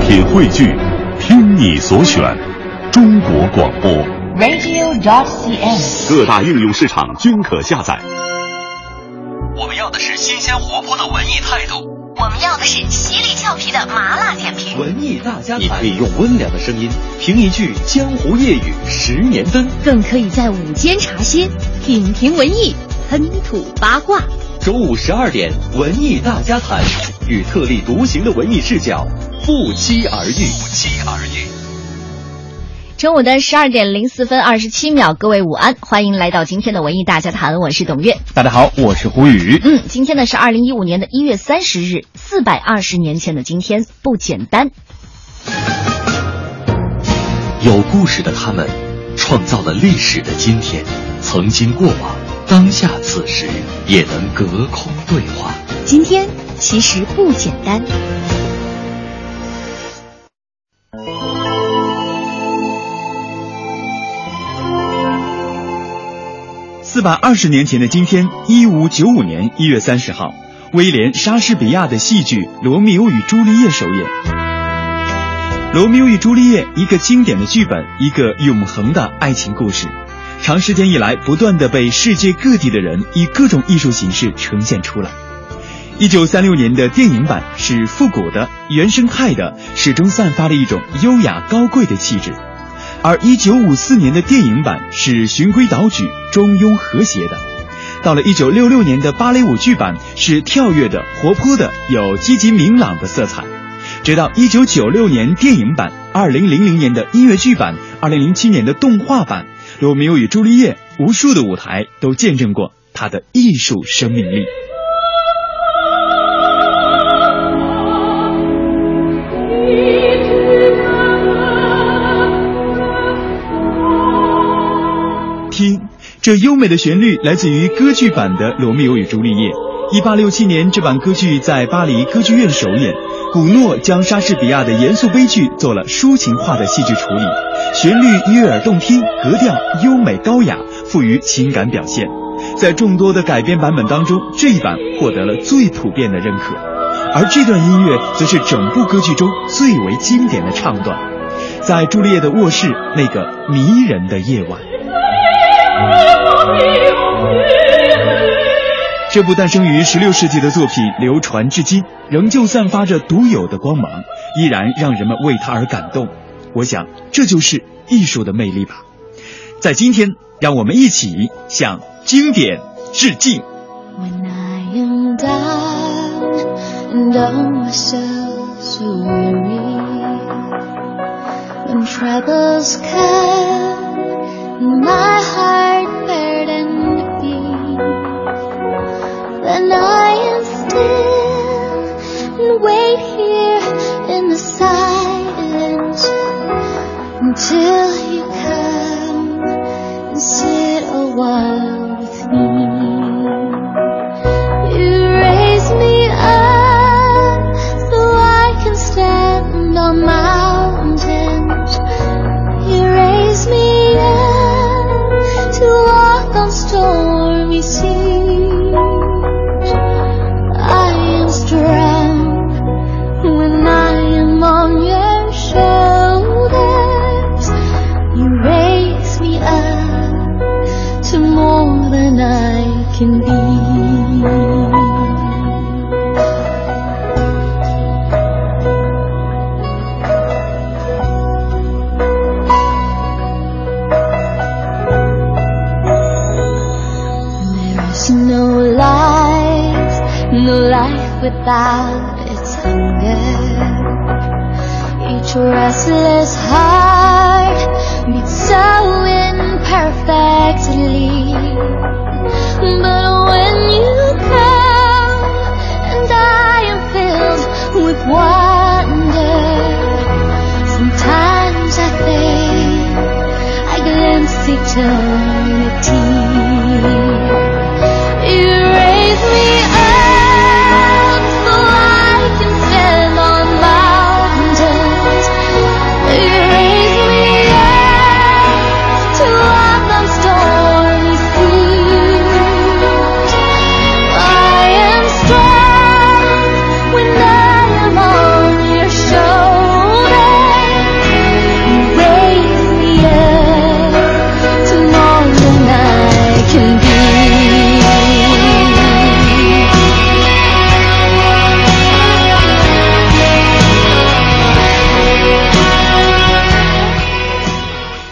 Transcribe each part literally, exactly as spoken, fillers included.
品汇聚，听你所选，中国广播 radio dot c n， 各大应用市场均可下载。 我们要的是新鲜活泼的文艺态度， 我们要的是犀利俏皮的麻辣点评。 文艺大家谈， 你可以用温良的声音评一句江湖夜雨十年灯， 更可以在午间茶歇品评文艺，喷吐八卦。 周五十二点，文艺大家谈，与特立独行的文艺视角不期而遇。 不期而遇。 中午的十二点零四分二十七秒，各位午安，欢迎来到今天的文艺大家谈，我是董月。 大家好，我是胡宇。 嗯，今天呢是二零一五年的一月三十日，四百二十年前的今天，不简单。 有故事的他们，创造了历史的今天，曾经过往，当下此时，也能隔空对话。 今天其实不简单。 四百二十年前的今天，一五九五年一月三十号，威廉·莎士比亚的戏剧《罗密欧与朱丽叶》首演。《罗密欧与朱丽叶》，一个经典的剧本，一个永恒的爱情故事，长时间以来不断地被世界各地的人以各种艺术形式呈现出来。一九三六年的电影版是复古的、原生态的，始终散发了一种优雅高贵的气质。而一九五四年的电影版是循规蹈矩、中庸和谐的。到了一九六六年的芭蕾舞剧版是跳跃的、活泼的，有积极明朗的色彩。直到一九九六年电影版、二零零零年的音乐剧版、二零零七年的动画版，《罗密欧与朱丽叶》无数的舞台都见证过它的艺术生命力。听，这优美的旋律来自于歌剧版的《罗密欧与朱丽叶》。一八六七年，这版歌剧在巴黎歌剧院首演。古诺将莎士比亚的严肃悲剧做了抒情化的戏剧处理，旋律悦耳动听，格调优美高雅，富于情感表现。在众多的改编版本当中，这一版获得了最普遍的认可。而这段音乐则是整部歌剧中最为经典的唱段，在朱丽叶的卧室那个迷人的夜晚。这部诞生于十六世纪的作品流传至今，仍旧散发着独有的光芒，依然让人们为它而感动。我想这就是艺术的魅力吧。在今天，让我们一起向经典致敬。 When I am down and oh myself so weary, when troubles come and my heart burdened be, then I am still and wait here in the silence until you come and sit a while with me. You raise me up so I can stand on mountains. You raise me up to walk on stormy seas. I am strong when I am on your shoulders. You raise me up to more than I can be. No life, no life without its hunger. Each restless heart beats so imperfectly. But when you come and I am filled with wonder, sometimes I think I glimpse eternity. You raise me up so I can stand on mountains. You raise me up to walk on stormy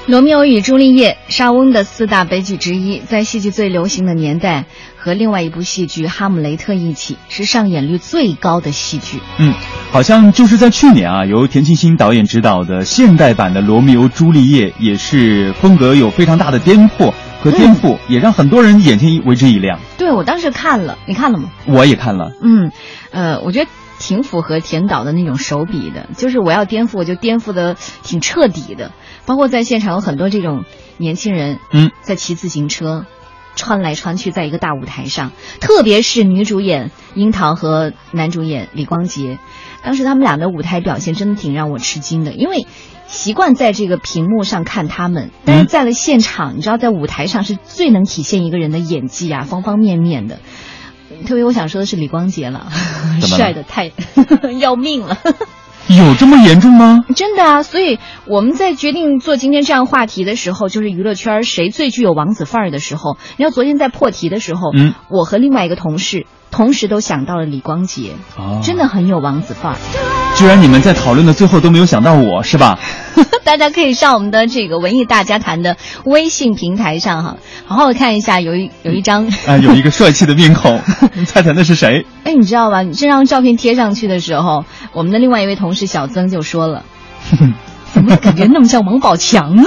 罗密欧与朱丽叶，莎翁的四大悲剧之一，在戏剧最流行的年代，和另外一部戏剧《哈姆雷特》一起，是上演率最高的戏剧。 嗯，好像就是在去年啊，由田沁鑫导演执导的现代版的《罗密欧朱丽叶》，也是风格有非常大的颠簸和颠覆，嗯、也让很多人眼前为之一亮。 对，我当时看了，你看了吗？ 我也看了。 嗯，呃，我觉得挺符合田导的那种手笔的，就是我要颠覆，我就颠覆的挺彻底的。包括在现场有很多这种年轻人，嗯，在骑自行车，穿来穿去，在一个大舞台上，特别是女主演樱桃和男主演李光洁，当时他们俩的舞台表现真的挺让我吃惊的，因为习惯在这个屏幕上看他们，但是在了现场，嗯、你知道，在舞台上是最能体现一个人的演技啊，方方面面的。特别我想说的是李光洁了，帅的太要命了。 有这么严重吗？ 真的啊，所以我们在决定做今天这样话题的时候，就是娱乐圈谁最具有王子范儿的时候，你知道昨天在破题的时候，嗯，我和另外一个同事同时都想到了李光洁，哦，真的很有王子范儿。 居然你们在讨论的最后都没有想到我，是吧？ 大家可以上我们的这个文艺大家谈的微信平台上哈，好好的看一下，有一有一张啊，有一个帅气的面孔，你猜猜那是谁？ 哎，你知道吧？你这张照片贴上去的时候，我们的另外一位同事小曾就说了，怎么感觉那么像王宝强呢？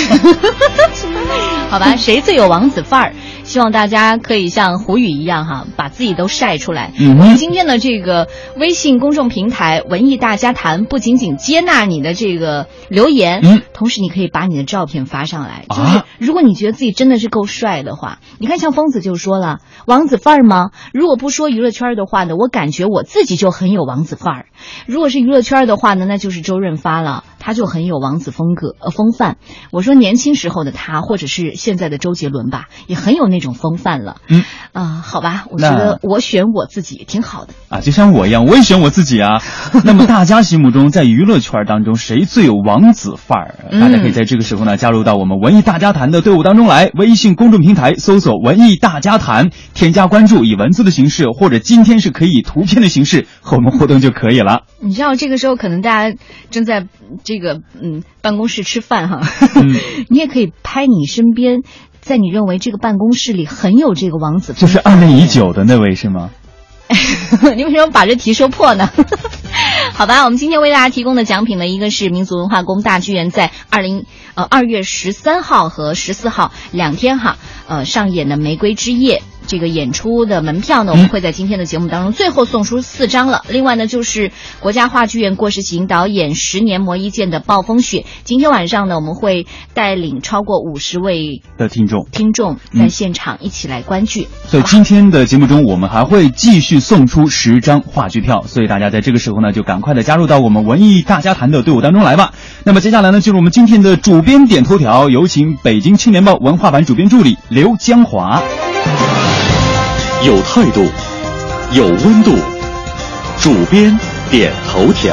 好吧，谁最有王子范儿？希望大家可以像胡宇一样哈，把自己都晒出来。嗯，我们今天的这个微信公众平台文艺大家谈不仅仅接纳你的这个留言，嗯，同时你可以把你的照片发上来。就是如果你觉得自己真的是够帅的话，你看像疯子就说了，王子范儿吗？如果不说娱乐圈的话呢，我感觉我自己就很有王子范儿。如果是娱乐圈的话呢，那就是周润发了，他就很有王子风格呃风范。我说年轻时候的他，或者是现在的周杰伦吧，也很有那种风范了。嗯啊、呃，好吧，我觉得我选我自己挺好的啊，就像我一样，我也选我自己啊。那么大家心目中在娱乐圈当中谁最有王子范儿？嗯、大家可以在这个时候呢加入到我们文艺大家谈的队伍当中来，微信公众平台搜索文艺大家谈，添加关注，以文字的形式或者今天是可以以图片的形式和我们互动就可以了。 你知道这个时候可能大家正在这个嗯办公室吃饭哈，嗯、你也可以拍你身边在你认为这个办公室里很有这个王子风， 就是暗恋已久的那位是吗？ 你为什么把这题说破呢？好吧，我们今天为大家提供的奖品呢，一个是民族文化宫大剧院在二零呃二月十三号和十四号两天哈呃上演的《玫瑰之夜》这个演出的门票呢，我们会在今天的节目当中最后送出四张了。另外呢，就是国家话剧院郭世行导演十年磨一剑的《暴风雪》，今天晚上呢，我们会带领超过五十位的听众听众在现场一起来观剧。 嗯、所以今天的节目中，我们还会继续送出十张话剧票，所以大家在这个时候呢，就赶快的加入到我们文艺大家谈的队伍当中来吧。那么接下来呢，进入我们今天的主编点头条，有请北京青年报文化版主编助理刘江华。 有态度，有温度，主编点头条。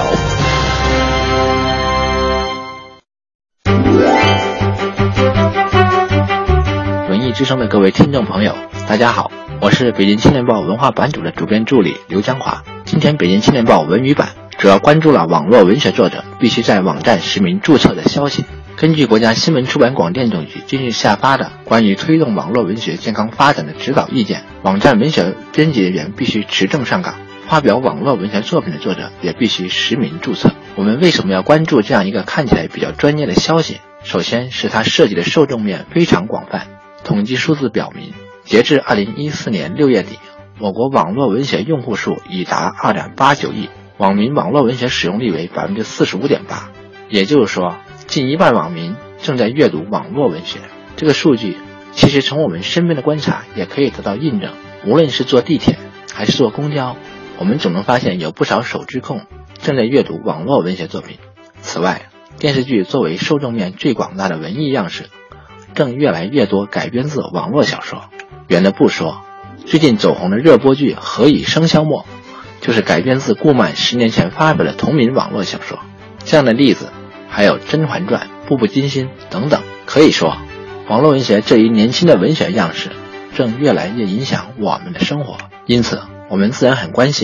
文艺之声的各位听众朋友，大家好，我是北京青年报文化版主的主编助理刘江华。今天北京青年报文语版主要关注了网络文学作者必须在网站实名注册的消息。根据国家新闻出版广电总局近日下发的关于推动网络文学健康发展的指导意见，网站文学编辑人员必须持证上岗，发表网络文学作品的作者也必须实名注册。我们为什么要关注这样一个看起来比较专业的消息？首先是它涉及的受众面非常广泛。统计数字表明，截至二零一四年六月底，我国网络文学用户数已达 二点八九亿，网民网络文学使用率为 百分之四十五点八， 也就是说近一半网民正在阅读网络文学。这个数据其实从我们身边的观察也可以得到印证，无论是坐地铁还是坐公交，我们总能发现有不少手机控正在阅读网络文学作品。此外，电视剧作为受众面最广大的文艺样式，正越来越多改编自网络小说。远的不说，最近走红的热播剧《何以笙箫默》就是改编自顾漫十年前发表的同名网络小说。这样的例子还有《甄嬛传》《步步惊心》等等。可以说，网络文学这一年轻的文学样式正越来越影响我们的生活，因此我们自然很关心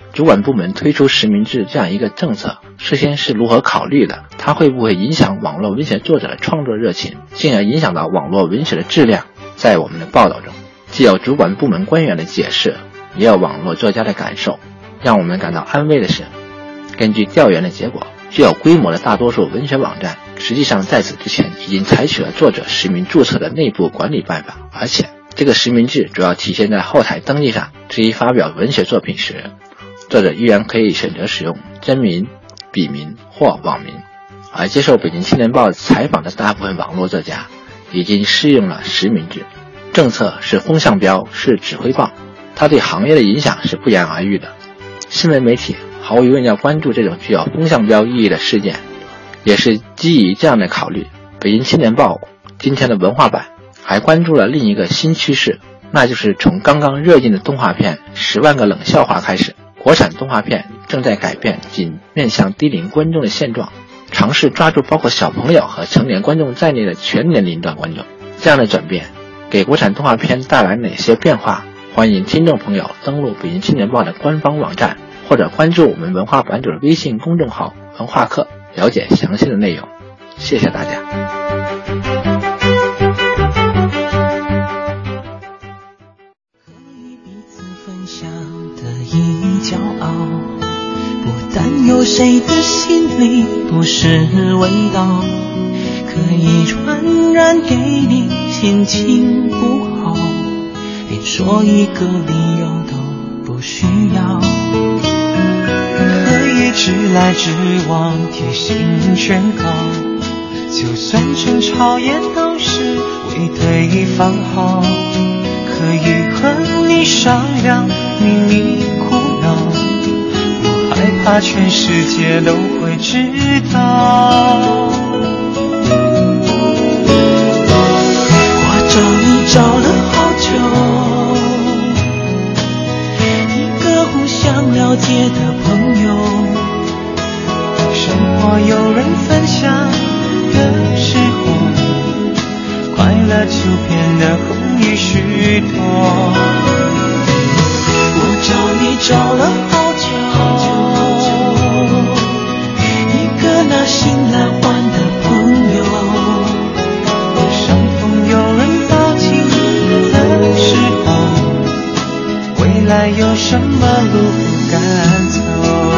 主管部门推出实名制这样一个政策，事先是如何考虑的？它会不会影响网络文学作者的创作热情，进而影响到网络文学的质量？在我们的报道中，既有主管部门官员的解释，也有网络作家的感受。让我们感到安慰的是，根据调研的结果，具有规模的大多数文学网站实际上在此之前已经采取了作者实名注册的内部管理办法，而且这个实名制主要体现在后台登记上。至于发表文学作品时，作者依然可以选择使用真名、笔名或网名。而接受北京青年报采访的大部分网络作家已经适用了实名制。政策是风向标，是指挥棒，它对行业的影响是不言而喻的。新闻媒体毫无疑问要关注这种具有风向标意义的事件，也是基于这样的考虑，北京青年报今天的文化版还关注了另一个新趋势，那就是从刚刚热映的动画片《十万个冷笑话》开始，国产动画片正在改变仅面向低龄观众的现状，尝试抓住包括小朋友和成年观众在内的全年龄段观众。这样的转变给国产动画片带来哪些变化？欢迎听众朋友登录北京青年报的官方网站，或者关注我们文化版主的微信公众号文化课，了解详细的内容。谢谢大家。 骄傲，不担忧谁的心里不是味道，可以传染给你心情不好，连说一个理由都不需要，可以直来直往贴心劝告，就算争吵也都是为对方好，可以和你商量秘密苦恼，不害怕全世界都会知道。我找你找了好久，一个互相了解的朋友，生活有人分享的时候，快乐就变得容易许多。我找你找了好久，一个那心难换的朋友，相逢有人抱紧的时候，未来有什么路不敢走。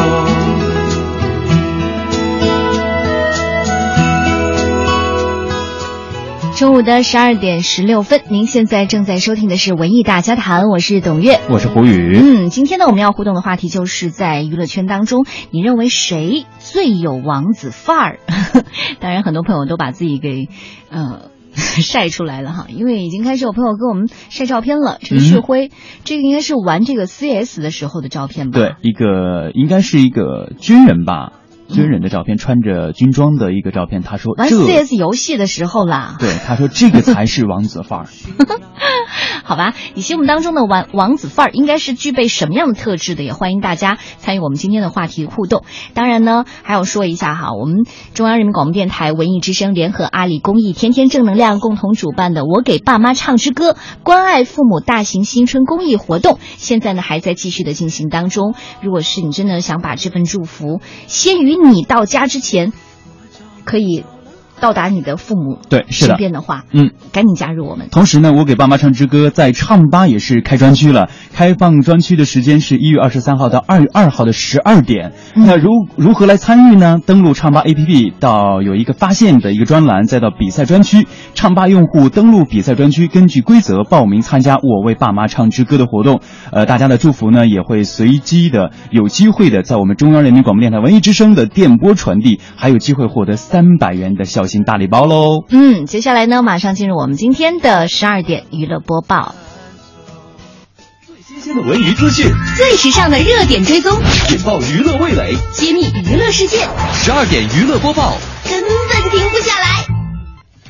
中午的十二点十六分，您现在正在收听的是文艺大家谈，我是董月， 我是胡宇。 嗯，今天呢，我们要互动的话题就是在娱乐圈当中，你认为谁最有王子范儿？当然，很多朋友都把自己给呃晒出来了哈，因为已经开始有朋友给我们晒照片了。陈旭辉，嗯、这个应该是玩这个 C S 的时候的照片吧？ 对，一个应该是一个军人吧。军人的照片，穿着军装的一个照片，他说玩 C S 游戏的时候啦。 对，他说这个才是王子范儿。 好吧，你心目当中的王王子范儿应该是具备什么样的特质的？也欢迎大家参与我们今天的话题互动。当然呢，还要说一下哈，我们中央人民广播电台文艺之声联合阿里公益天天正能量共同主办的我给爸妈唱支歌关爱父母大型新春公益活动，现在呢还在继续的进行当中。如果是你真的想把这份祝福先于你到家之前，可以到达你的父母对是的身边的话， 嗯， 赶紧加入我们。 同时呢，我给爸妈唱支歌在唱吧也是开专区了，开放专区的时间是一月二十三号到二月二号的十二点。嗯、那如如何来参与呢？登录唱吧 A P P 到有一个发现的一个专栏，再到比赛专区，唱吧用户登录比赛专区，根据规则报名参加我为爸妈唱支歌的活动。呃，大家的祝福呢也会随机的有机会的在我们中央人民广播电台文艺之声的电波传递，还有机会获得三百元的小大礼包喽！ 嗯，接下来呢，马上进入我们今天的十二点娱乐播报。 最新鲜的文娱资讯， 最时尚的热点追踪， 引爆娱乐味蕾， 揭秘娱乐世界。 十二点娱乐播报， 根本停不下来。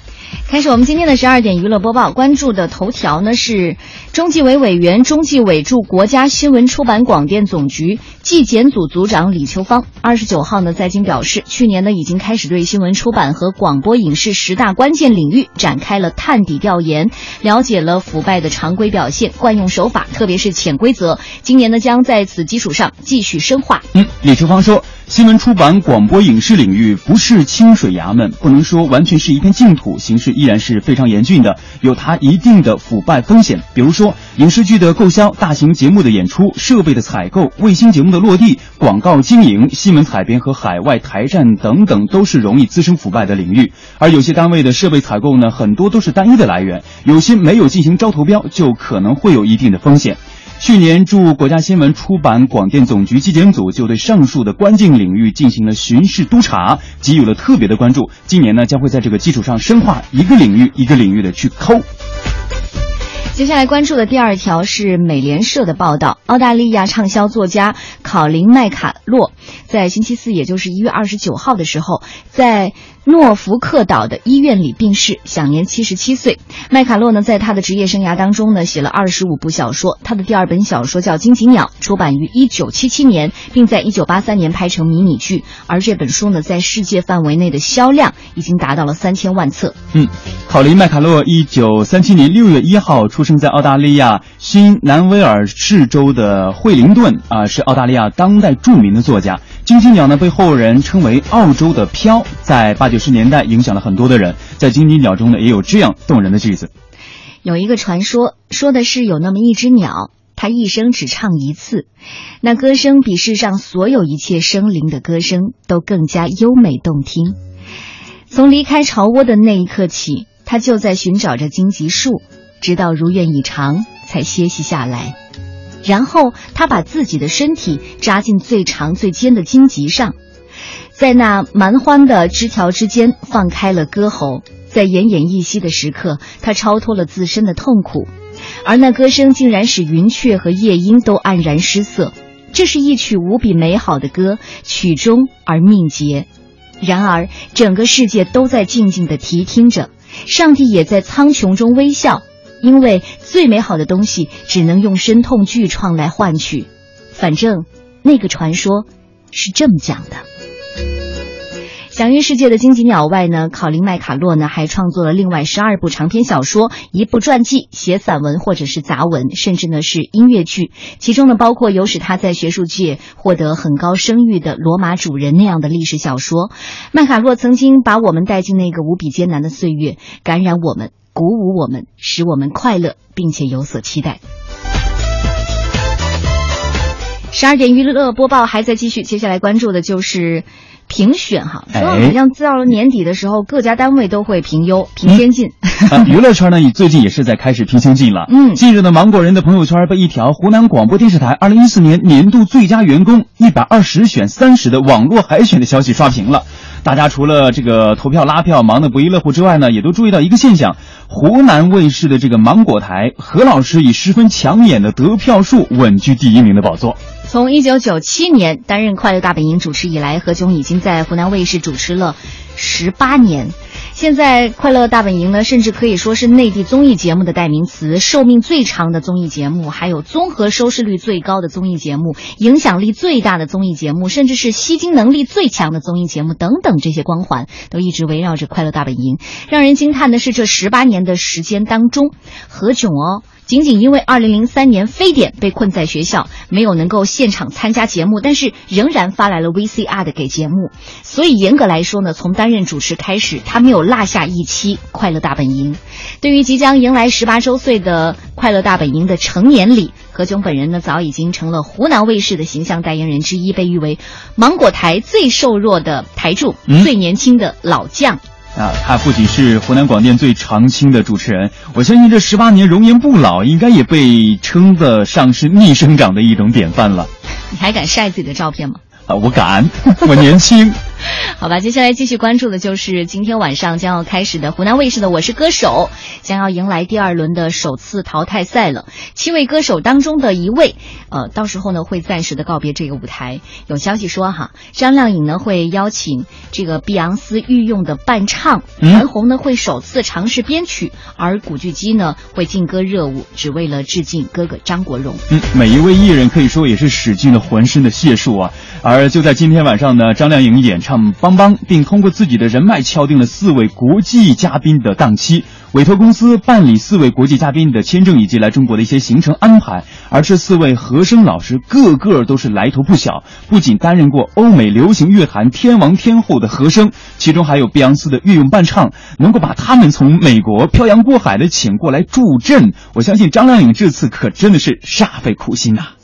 开始我们今天的十二点娱乐播报，关注的头条呢是中纪委委员、中纪委驻国家新闻出版广电总局纪检组组长李秋芳二十九号呢在京表示，去年呢已经开始对新闻出版和广播影视十大关键领域展开了探底调研，了解了腐败的常规表现、惯用手法，特别是潜规则。今年呢将在此基础上继续深化。 嗯，李秋芳说，新闻出版、广播影视领域不是清水衙门，不能说完全是一片净土，形势依然是非常严峻的，有它一定的腐败风险。比如说影视剧的购销、大型节目的演出、设备的采购、卫星节目的落地、广告经营、新闻采编和海外台站等等，都是容易滋生腐败的领域。而有些单位的设备采购呢，很多都是单一的来源，有些没有进行招投标，就可能会有一定的风险。去年驻国家新闻出版广电总局纪检组就对上述的关键领域进行了巡视督查，给予了特别的关注。今年呢，将会在这个基础上深化，一个领域一个领域的去抠。 接下来关注的第二条是美联社的报道，澳大利亚畅销作家考林·麦卡洛在星期四，也就是一月二十九号的时候，在诺福克岛的医院里病逝，享年七十七岁。麦卡洛呢，在他的职业生涯当中呢，写了二十五部小说。他的第二本小说叫《荆棘鸟》，出版于一九七七年，并在一九八三年拍成迷你剧。而这本书呢，在世界范围内的销量已经达到了三千万册。 嗯，考林·麦卡洛一九三七年六月一号出生在澳大利亚新南威尔士州的惠灵顿啊、呃，是澳大利亚当代著名的作家。荆棘鸟呢，被后人称为澳洲的飘，在八九十年代影响了很多的人。在荆棘鸟中呢，也有这样动人的句子： 有一个传说，说的是有那么一只鸟，它一生只唱一次，那歌声比世上所有一切生灵的歌声都更加优美动听。从离开巢窝的那一刻起，它就在寻找着荆棘树，直到如愿以偿才歇息下来。然后他把自己的身体扎进最长最尖的荆棘上，在那蛮荒的枝条之间放开了歌喉。在奄奄一息的时刻，他超脱了自身的痛苦，而那歌声竟然使云雀和夜莺都黯然失色。这是一曲无比美好的歌，曲终而命节。然而整个世界都在静静地谛听着，上帝也在苍穹中微笑，因为最美好的东西只能用身痛巨创来换取。反正那个传说是这么讲的。享誉世界的荆棘鸟外呢，考林·麦卡洛呢还创作了另外十二部长篇小说、一部传记、写散文或者是杂文，甚至呢是音乐剧。其中呢包括有使他在学术界获得很高声誉的《罗马主人》那样的历史小说。麦卡洛曾经把我们带进那个无比艰难的岁月，感染我们，鼓舞我们，使我们快乐，并且有所期待。十二点娱乐播报还在继续，接下来关注的就是评选哈，说好像到了年底的时候，各家单位都会评优、评先进。 嗯啊、娱乐圈呢，最近也是在开始评先进了。嗯，近日的芒果人的朋友圈被一条湖南广播电视台二零一四年年度最佳员工一百二十选三十的网络海选的消息刷屏了。大家除了这个投票拉票忙得不亦乐乎之外呢，也都注意到一个现象：湖南卫视的这个芒果台，何老师以十分抢眼的得票数稳居第一名的宝座。 从一九九七年担任《快乐大本营》主持以来，何炅已经在湖南卫视主持了十八年。现在《快乐大本营》呢，甚至可以说是内地综艺节目的代名词，寿命最长的综艺节目，还有综合收视率最高的综艺节目，影响力最大的综艺节目，甚至是吸金能力最强的综艺节目等等，这些光环都一直围绕着《快乐大本营》。让人惊叹的是，这十八年的时间当中，何炅哦仅仅因为二零零三年非典被困在学校，没有能够现场参加节目，但是仍然发来了 V C R 的给节目。所以严格来说呢，从担任主持开始，他没有落下一期《快乐大本营》。对于即将迎来十八周岁的《快乐大本营》的成年礼，何炅本人呢早已经成了湖南卫视的形象代言人之一，被誉为芒果台最瘦弱的台柱、嗯、最年轻的老将。 啊，他不仅是湖南广电最长青的主持人，我相信这十八年容颜不老，应该也被称得上是逆生长的一种典范了。 你还敢晒自己的照片吗？ 啊，我敢，我年轻。 好吧，接下来继续关注的就是今天晚上将要开始的湖南卫视的《我是歌手》，将要迎来第二轮的首次淘汰赛了。七位歌手当中的一位，呃，到时候呢会暂时的告别这个舞台。有消息说哈，张靓颖呢会邀请这个碧昂斯御用的伴唱，韩红呢会首次尝试编曲，而古巨基呢会劲歌热舞，只为了致敬哥哥张国荣。 嗯，每一位艺人可以说也是使尽了浑身的解数啊。而就在今天晚上呢，张靓颖演唱《邦邦》，并通过自己的人脉敲定了四位国际嘉宾的档期，委托公司办理四位国际嘉宾的签证以及来中国的一些行程安排。而这四位和声老师个个都是来头不小，不仅担任过欧美流行乐坛天王天后的和声，其中还有碧昂斯的御用伴唱，能够把他们从美国漂洋过海的请过来助阵。我相信张靓颖这次可真的是煞费苦心呐、啊。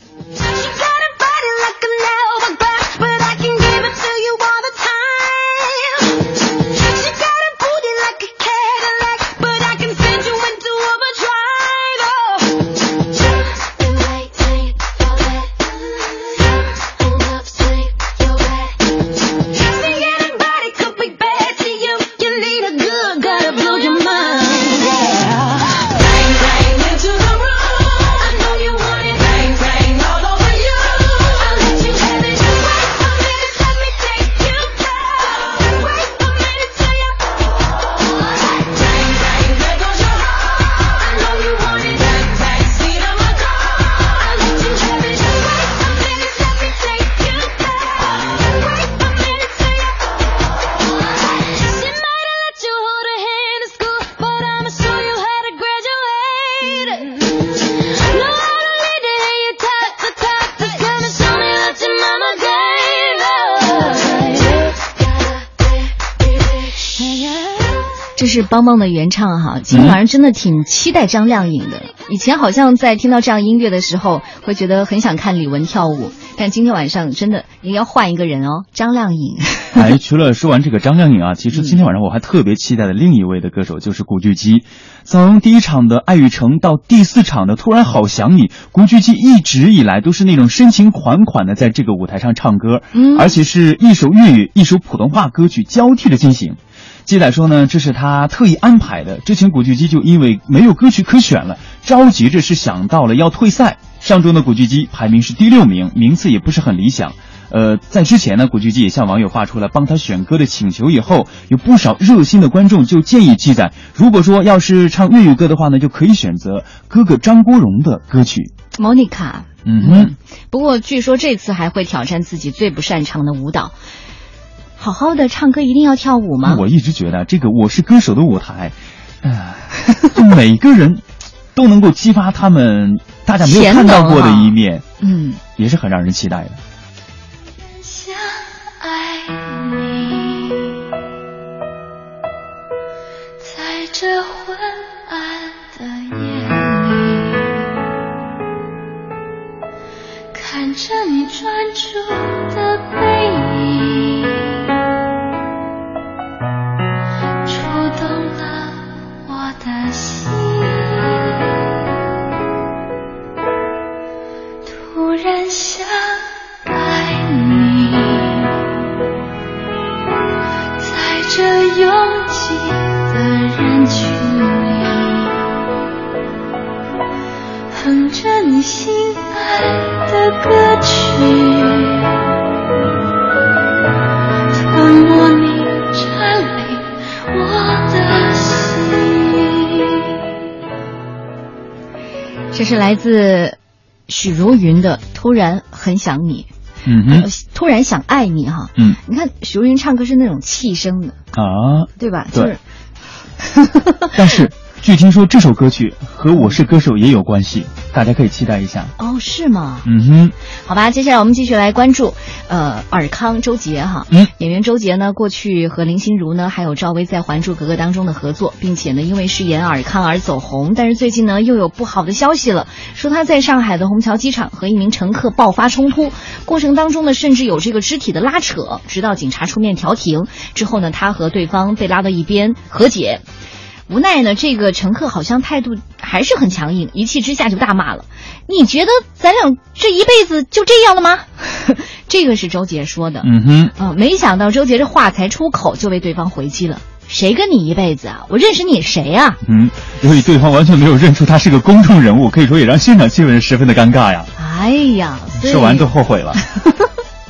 这是邦邦的原唱哈，今天晚上真的挺期待张靓颖的。以前好像在听到这样音乐的时候，会觉得很想看李玟跳舞，但今天晚上真的也要换一个人哦，张靓颖。 哎，除了说完这个张靓颖啊，其实今天晚上我还特别期待的另一位的歌手就是古巨基。从第一场的《爱与诚》到第四场的《突然好想你》，古巨基一直以来都是那种深情款款的在这个舞台上唱歌，嗯，而且是一首粤语一首普通话歌曲交替的进行。记载说呢，这是他特意安排的。之前古巨基就因为没有歌曲可选了，着急着是想到了要退赛。上周呢，古巨基排名是第六名，名次也不是很理想。呃，在之前呢，古巨基也向网友发出了帮他选歌的请求，以后有不少热心的观众就建议记载，如果说要是唱粤语歌的话呢，就可以选择哥哥张国荣的歌曲 Monica。 嗯哼， 不过据说这次还会挑战自己最不擅长的舞蹈。好好的唱歌一定要跳舞吗？ 我一直觉得这个《我是歌手》的舞台，呃，就每个人都能够激发他们大家没有看到过的一面， 嗯， 也是很让人期待的。 想爱你，在这昏暗的夜里，看着你专注的背影，的心突然想爱你，在这拥挤的人群里，哼着你心爱的歌曲，吞没你占领我的心。 这是来自许茹芸的《突然很想你》， 嗯哼、 呃，突然想爱你哈， 嗯， 你看许茹芸唱歌是那种气声的啊， 对吧？ 对。 就是但是据听说这首歌曲和《我是歌手》也有关系，大家可以期待一下。 哦，是吗？ 嗯哼， 好吧，接下来我们继续来关注，呃，尔康周杰哈， 嗯， 演员周杰呢，过去和林心如呢，还有赵薇在《还珠格格》当中的合作，并且呢，因为饰演尔康而走红。但是最近呢，又有不好的消息了，说他在上海的虹桥机场和一名乘客爆发冲突，过程当中呢，甚至有这个肢体的拉扯，直到警察出面调停之后呢，他和对方被拉到一边和解。无奈呢，这个乘客好像态度还是很强硬，一气之下就大骂了：“你觉得咱俩这一辈子就这样了吗？”这个是周杰说的。 嗯哼， 呃，没想到周杰这话才出口就被对方回击了：“谁跟你一辈子啊？我认识你谁啊？” 嗯，由于对方完全没有认出他是个公众人物，可以说也让现场气氛十分的尴尬呀。 哎呀， 说完就后悔了。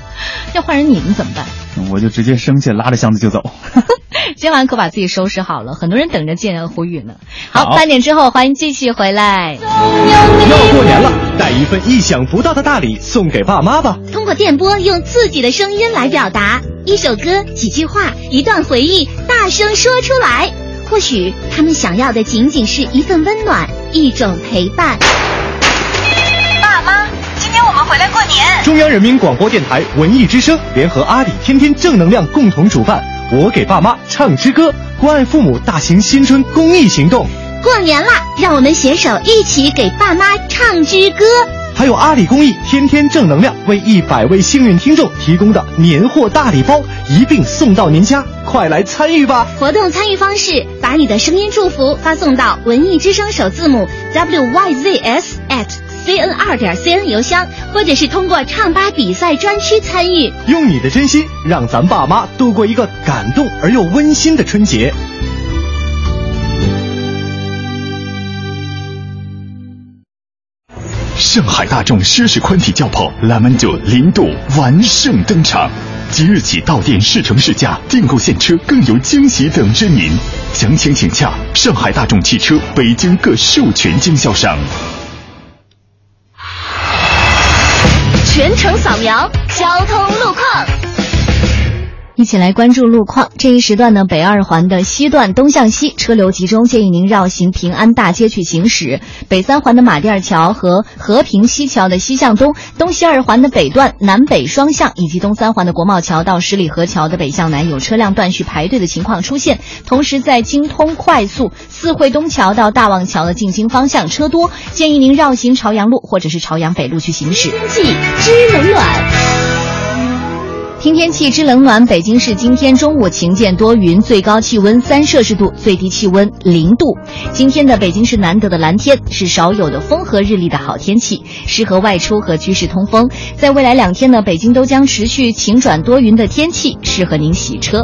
要换成你们怎么办？ 我就直接生气，拉着箱子就走。 今晚可把自己收拾好了，很多人等着见胡宇呢。好，半点之后欢迎继续回来。 要过年了，带一份意想不到的大礼送给爸妈吧。 通过电波用自己的声音来表达，一首歌、几句话、一段回忆，大声说出来。或许他们想要的仅仅是一份温暖，一种陪伴。 爸妈，今天我们回来过年。 中央人民广播电台文艺之声联合阿里天天正能量共同主办我给爸妈唱支歌关爱父母大型新春公益行动。 过年啦，让我们携手一起给爸妈唱支歌。 还有阿里公益天天正能量为一百位幸运听众提供的年货大礼包，一并送到您家，快来参与吧！ 活动参与方式：把你的声音祝福发送到文艺之声首字母 W Y Z S at C N 二点 C N 邮箱，或者是通过唱吧比赛专区参与。 用你的真心，让咱爸妈度过一个感动而又温馨的春节。 上海大众奢侈宽体轿跑拉曼九零度完胜登场，即日起到店试乘试驾，订购现车更有惊喜等着您。详情请洽上海大众汽车北京各授权经销商。 全程扫描交通路况。 一起来关注路况。这一时段呢，北二环的西段东向西车流集中，建议您绕行平安大街去行驶。北三环的马甸桥和和平西桥的西向东，东西二环的北段南北双向，以及东三环的国贸桥到十里河桥的北向南有车辆断续排队的情况出现。同时在京通快速四惠东桥到大望桥的进京方向车多，建议您绕行朝阳路或者是朝阳北路去行驶。 天气知冷暖。 听天气知冷暖，北京市今天中午晴间多云，最高气温三摄氏度，最低气温零度。今天的北京是难得的蓝天，是少有的风和日丽的好天气，适合外出和居室通风。在未来两天呢，北京都将持续晴转多云的天气，适合您洗车。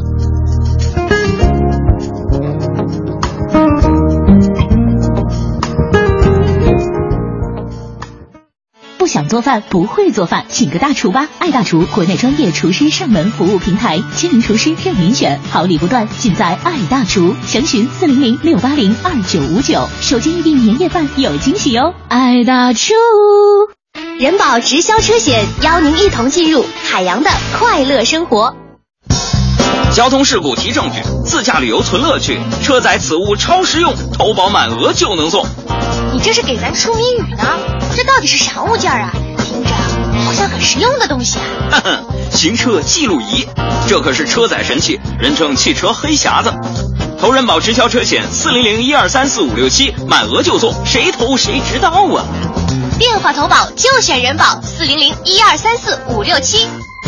不想做饭，不会做饭，请个大厨吧！爱大厨，国内专业厨师上门服务平台，亲民厨师任您选，好礼不断，尽在爱大厨。详询四零零六八零二九五九，手机预订年夜饭有惊喜哦！爱大厨。 人保直销车险邀您一同进入海洋的快乐生活。 交通事故提证据，自驾旅游存乐趣，车载此物超实用，投保满额就能送。 你这是给咱出谜语呢？这到底是啥物件啊？听着好像很实用的东西啊！ 哼哼，行车记录仪，这可是车载神器，人称汽车黑匣子。投人保直销车险四零零一二三四五六七，满额就送，谁投谁知道啊！ 电话投保就选人保四零零一二三四五六七。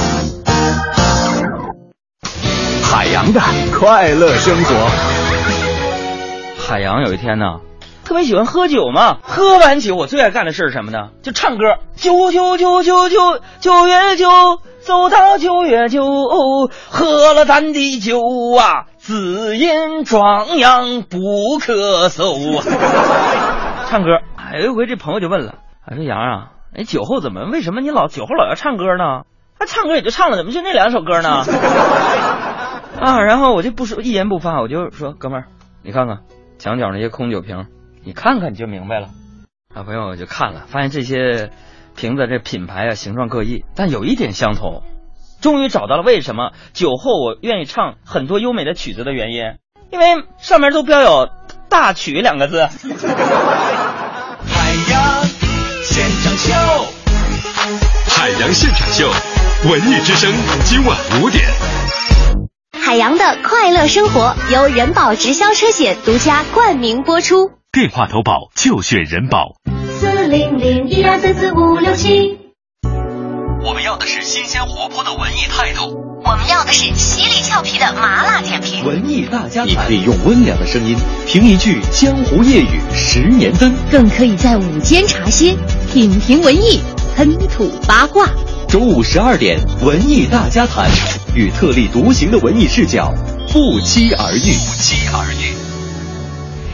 海洋的快乐生活。 海洋有一天呢，特别喜欢喝酒嘛，喝完酒我最爱干的事是什么呢？就唱歌，九九九九九九月九，走到九月九，喝了咱的酒啊，紫阴壮阳不咳嗽啊。唱歌，哎，有一回这朋友就问了，哎，说杨啊，哎，酒后怎么为什么你老酒后老要唱歌呢？他唱歌也就唱了，怎么就那两首歌呢？啊，然后我就不说，一言不发，我就说，哥们儿，你看看墙角那些空酒瓶，你看看你就明白了。啊，朋友我就看了，发现这些瓶子这品牌啊形状各异，但有一点相同，终于找到了为什么酒后我愿意唱很多优美的曲子的原因，因为上面都标有大曲两个字。 海洋现场秀，海洋现场秀，文艺之声，今晚五点。 海洋的快乐生活由人保直销车险独家冠名播出。 电话投保就选人保。 四零零一二三四五六七。 我们要的是新鲜活泼的文艺态度， 我们要的是犀利俏皮的麻辣点评。 文艺大家谈，你可以用温良的声音评一句江湖夜雨十年灯， 更可以在午间茶歇品评文艺，喷吐八卦。 中午十二点，文艺大家谈，与特立独行的文艺视角不期而遇。不期而遇。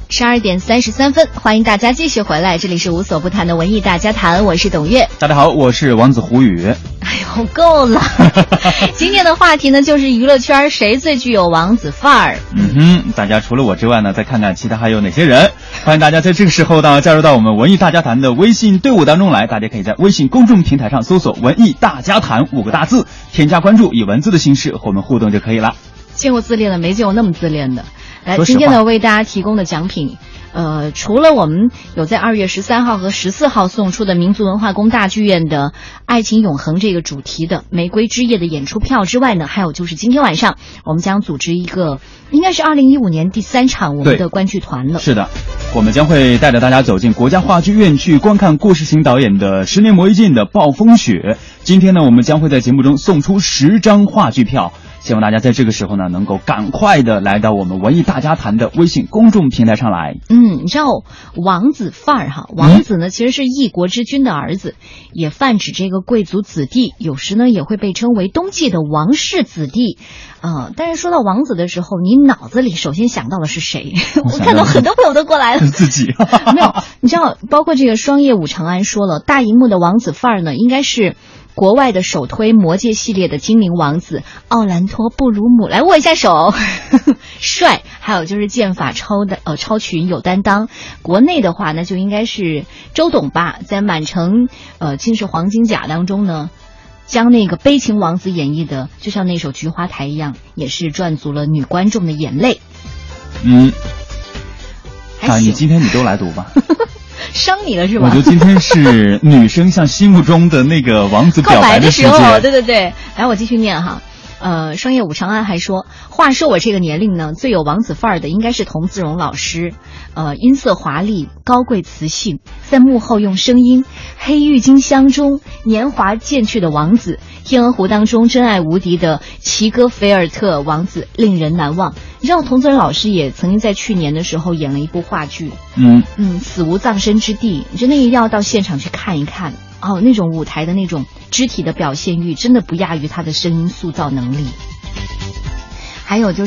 十二点三十三分，欢迎大家继续回来，这里是无所不谈的文艺大家谈，我是董月。 大家好，我是王子胡宇。 哎呦，够了！今天的话题呢，就是娱乐圈谁最具有王子范儿。 嗯哼，大家除了我之外呢，再看看其他还有哪些人。欢迎大家在这个时候呢，加入到我们文艺大家谈的微信队伍当中来。大家可以在微信公众平台上搜索“文艺大家谈”五个大字，添加关注，以文字的形式和我们互动就可以了。 见过自恋的，没见过那么自恋的。来，今天呢为大家提供的奖品，呃，除了我们有在二月十三号和十四号送出的民族文化宫大剧院的爱情永恒这个主题的玫瑰之夜的演出票之外呢，还有就是今天晚上我们将组织一个应该是二零一五年第三场我们的观剧团了。 是的，我们将会带着大家走进国家话剧院去观看郭世行导演的十年磨一剑的暴风雪。今天呢，我们将会在节目中送出十张话剧票，希望大家在这个时候呢，能够赶快的来到我们文艺大家谈的微信公众平台上来。 嗯，你知道王子范儿哈，王子呢其实是一国之君的儿子，也泛指这个贵族子弟，有时呢也会被称为冬季的王室子弟。呃，但是说到王子的时候，你脑子里首先想到的是谁？我, 我看到很多朋友都过来了。 自己没有，你知道，包括这个双叶武长安说了，大荧幕的王子范儿呢，应该是国外的首推魔戒系列的精灵王子奥兰托布鲁姆，来握一下手，帅。还有就是剑法超的呃超群有担当。国内的话，那就应该是周董吧，在满城呃尽是黄金甲当中呢，将那个悲情王子演绎的，就像那首《菊花台》一样，也是赚足了女观众的眼泪。 嗯，啊，你今天你都来读吧。 伤你了是吧？ 我觉得今天是女生向心目中的那个王子表白的时候，对对对。来，我继续念哈。呃，双叶武长安还说，话说我这个年龄呢，最有王子范儿的应该是童自荣老师。呃，音色华丽，高贵磁性，在幕后用声音，黑郁金香中年华渐去的王子，天鹅湖当中真爱无敌的齐戈菲尔特王子，令人难忘。你知道童自荣老师也曾经在去年的时候演了一部话剧， 嗯嗯，死无葬身之地，真的一定要到现场去看一看。哦，那种舞台的那种肢体的表现欲，真的不亚于他的声音塑造能力。还有就是，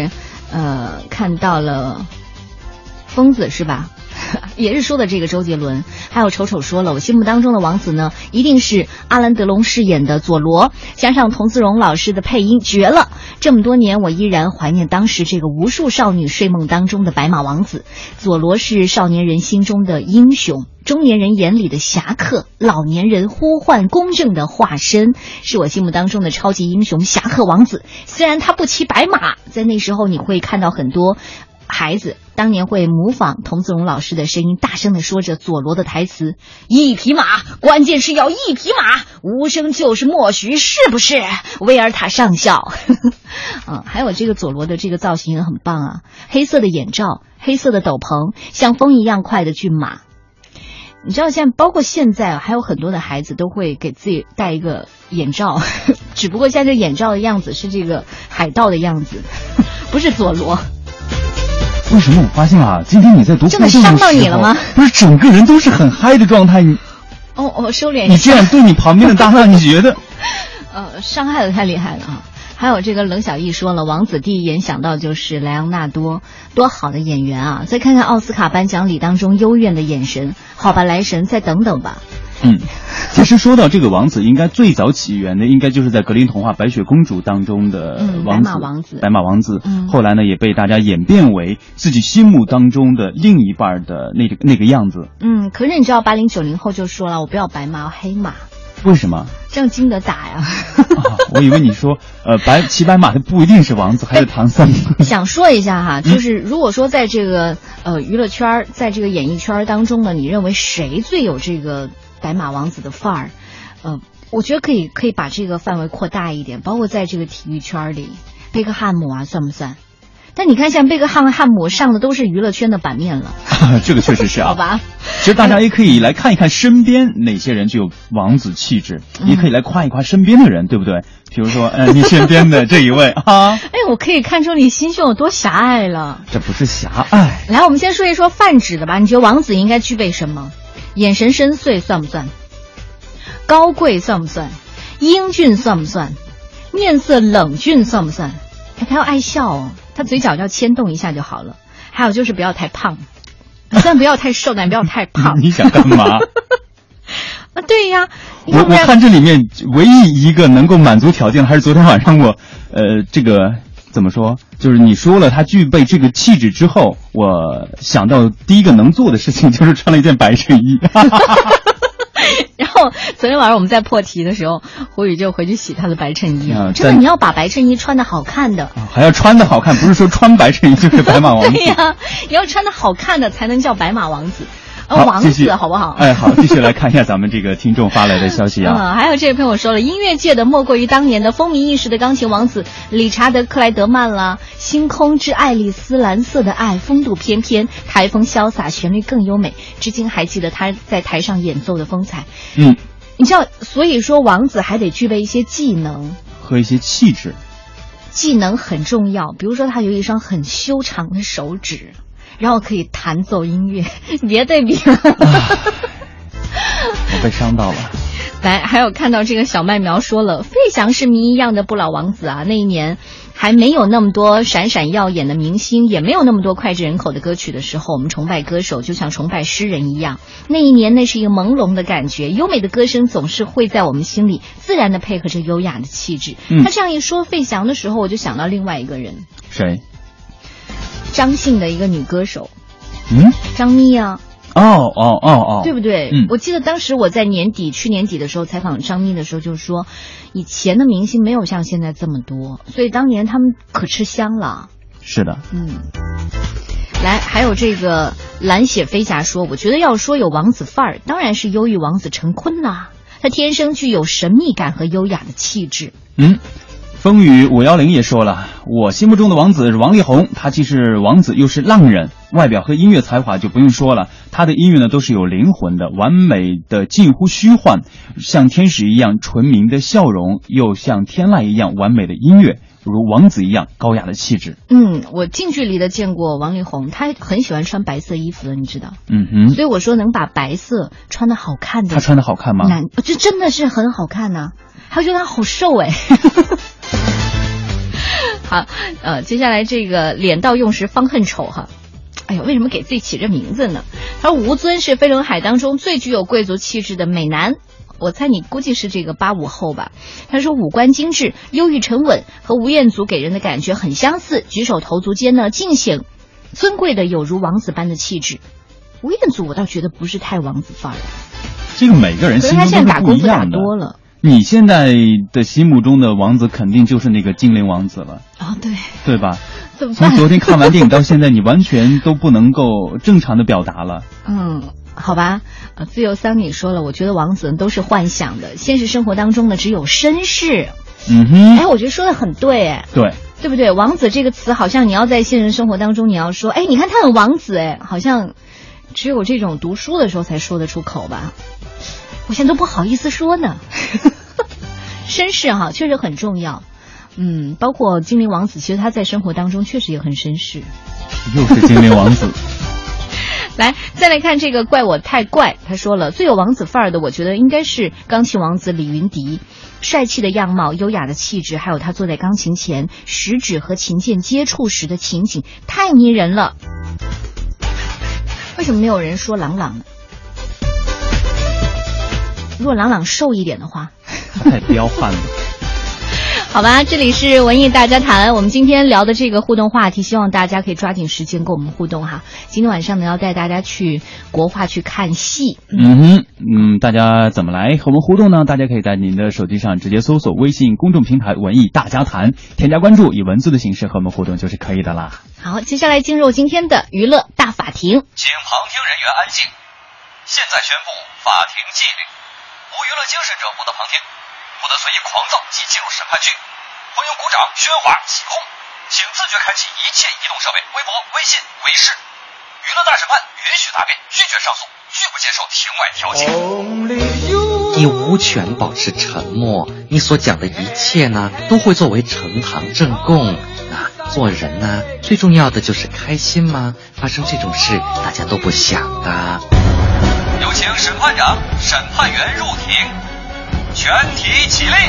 呃，看到了疯子是吧？也是说的这个周杰伦。还有丑丑说了，我心目当中的王子呢，一定是阿兰德龙饰演的佐罗，加上童自荣老师的配音，绝了！这么多年，我依然怀念当时这个无数少女睡梦当中的白马王子。佐罗是少年人心中的英雄，中年人眼里的侠客，老年人呼唤公正的化身，是我心目当中的超级英雄侠客王子。虽然他不骑白马，在那时候你会看到很多孩子当年会模仿童自荣老师的声音，大声地说着佐罗的台词：一匹马，关键是要一匹马，无声就是默许，是不是？威尔塔上校。嗯，还有这个佐罗的这个造型也很棒啊，黑色的眼罩，黑色的斗篷，像风一样快的骏马。你知道现在包括现在还有很多的孩子都会给自己戴一个眼罩，只不过现在这眼罩的样子是这个海盗的样子，不是佐罗。 为什么我发现啊，今天你在读互动的时候， 这么伤到你了吗？ 不是，整个人都是很嗨的状态。你哦，我收敛一下。 你竟然对你旁边的搭档，你觉得？ 呃，伤害的太厉害了啊！还有这个冷小艺说了，王子第一眼想到就是莱昂纳多，多好的演员啊！再看看奥斯卡颁奖礼当中幽怨的眼神，好吧，来神，再等等吧。 嗯，其实说到这个王子，应该最早起源的应该就是在格林童话《白雪公主》当中的王子， 嗯、白马王子， 白马王子。 嗯， 后来呢，也被大家演变为自己心目当中的另一半的那个那个样子。 嗯，可是你知道，八零九零后就说了，我不要白马，要黑马。 为什么？ 这样经得打呀！ 啊，我以为你说，呃，白骑白马的不一定是王子，还是唐僧。 想说一下哈，就是如果说在这个呃娱乐圈，在这个演艺圈当中呢，你认为谁最有这个白马王子的范儿？呃，我觉得可以可以把这个范围扩大一点，包括在这个体育圈里，贝克汉姆啊，算不算？但你看，像贝克汉汉姆上的都是娱乐圈的版面了。 这个确实是啊。 好吧。 其实大家也可以来看一看身边哪些人具有王子气质，嗯、也可以来夸一夸身边的人，对不对？比如说，呃，你身边的这一位啊。 哎，我可以看出你心胸有多狭隘了。 这不是狭隘。 来，我们先说一说泛指的吧。你觉得王子应该具备什么？眼神深邃算不算？高贵算不算？英俊算不算？面色冷峻算不算？哎，他要爱笑哦。他嘴角要牵动一下就好了。 还有就是不要太胖，虽然不要太瘦，但不要太胖。 你想干嘛？ 啊，对呀， 我我看这里面唯一一个能够满足条件，还是昨天晚上我，呃，这个怎么说？就是你说了他具备这个气质之后，我想到第一个能做的事情就是穿了一件白衬衣。 然后昨天晚上我们在破题的时候，胡宇就回去洗他的白衬衣。 啊、 真的，你要把白衬衣穿的好看的、 啊，还要穿的好看，不是说穿白衬衣就是白马王子。 对呀、啊，你要穿的好看的才能叫白马王子。呃，王子好不好？ 哎，好，继续来看一下咱们这个听众发来的消息啊。 嗯，还有这位朋友说了，音乐界的莫过于当年的风靡一时的钢琴王子理查德·克莱德曼啦，《星空之爱丽丝》，蓝色的爱，风度翩翩，台风潇洒，旋律更优美，至今还记得他在台上演奏的风采。 嗯， 你知道，所以说王子还得具备一些技能和一些气质。 技能很重要，比如说他有一双很修长的手指。然后可以弹奏音乐，别对比了。 我被伤到了。 来，还有看到这个小麦苗说了，费翔是谜一样的不老王子啊。那一年还没有那么多闪闪耀眼的明星，也没有那么多脍炙人口的歌曲的时候，我们崇拜歌手就像崇拜诗人一样。那一年那是一个朦胧的感觉，优美的歌声总是会在我们心里自然的配合着优雅的气质。嗯、他这样一说费翔的时候，我就想到另外一个人。 谁？ 张姓的一个女歌手， 嗯， 张咪啊， 哦哦哦哦， 对不对？ 嗯， 我记得当时我在年底去年底的时候采访张咪的时候，就是说，以前的明星没有像现在这么多，所以当年他们可吃香了。 是的， 嗯。来，还有这个蓝血飞侠说，我觉得要说有王子范儿，当然是忧郁王子陈坤啦，他天生具有神秘感和优雅的气质。 嗯。风雨五幺零也说了，我心目中的王子是王力宏，他既是王子又是浪人，外表和音乐才华就不用说了，他的音乐呢都是有灵魂的，完美的近乎虚幻，像天使一样纯明的笑容，又像天籁一样完美的音乐，如王子一样高雅的气质。 嗯，我近距离的见过王力宏，他很喜欢穿白色衣服的，你知道？ 嗯哼。 所以我说能把白色穿得好看的， 他穿得好看吗？ 男，这真的是很好看呐、啊，还觉得他好瘦哎。好，呃，接下来这个脸到用时方恨丑哈，哎呦，为什么给自己起这名字呢？他说吴尊是飞轮海当中最具有贵族气质的美男，我猜你估计是这个八五后吧。他说五官精致，忧郁沉稳，和吴彦祖给人的感觉很相似，举手投足间呢尽显尊贵的有如王子般的气质。吴彦祖我倒觉得不是太王子范儿， 这个每个人心中都是不一样的。可是他现在打功夫打多了。你现在的心目中的王子肯定就是那个精灵王子了啊、哦，对， 对吧？ 怎么办？ 从昨天看完电影到现在，你完全都不能够正常的表达了。 嗯，好吧，呃，自由桑尼说了，我觉得王子都是幻想的，现实生活当中呢只有绅士。 嗯哼， 哎，我觉得说的很对，哎， 对， 对不对？王子这个词好像你要在现实生活当中你要说，哎，你看他很王子，哎，好像只有这种读书的时候才说得出口吧。我现在都不好意思说呢。绅士哈确实很重要，嗯，包括精灵王子，其实他在生活当中确实也很绅士。 又是精灵王子。 来，再来看这个怪我太怪，他说了，最有王子范儿的，我觉得应该是钢琴王子李云迪，帅气的样貌，优雅的气质，还有他坐在钢琴前，食指和琴键接触时的情景，太迷人了。为什么没有人说郎朗呢？如果郎朗瘦一点的话， 太彪悍了。 好吧，这里是文艺大家谈，我们今天聊的这个互动话题，希望大家可以抓紧时间跟我们互动哈。今天晚上呢，要带大家去国画去看戏。 嗯哼，嗯，大家怎么来和我们互动呢？大家可以在您的手机上直接搜索微信公众平台文艺大家谈，添加关注，以文字的形式和我们互动就是可以的啦。 好，接下来进入今天的娱乐大法庭。 请旁听人员安静，现在宣布法庭纪律，无娱乐精神者不得旁听，不得随意狂躁及进入审判区，不用鼓掌、喧哗、起哄，请自觉开启一切移动设备，微博、微信、微视。娱乐大审判允许答辩，拒绝上诉，拒不接受庭外调解。 你无权保持沉默，你所讲的一切呢，都会作为呈堂证供。啊，做人呢，最重要的就是开心吗？发生这种事，大家都不想的。 有请审判长、审判员入庭，全体起立。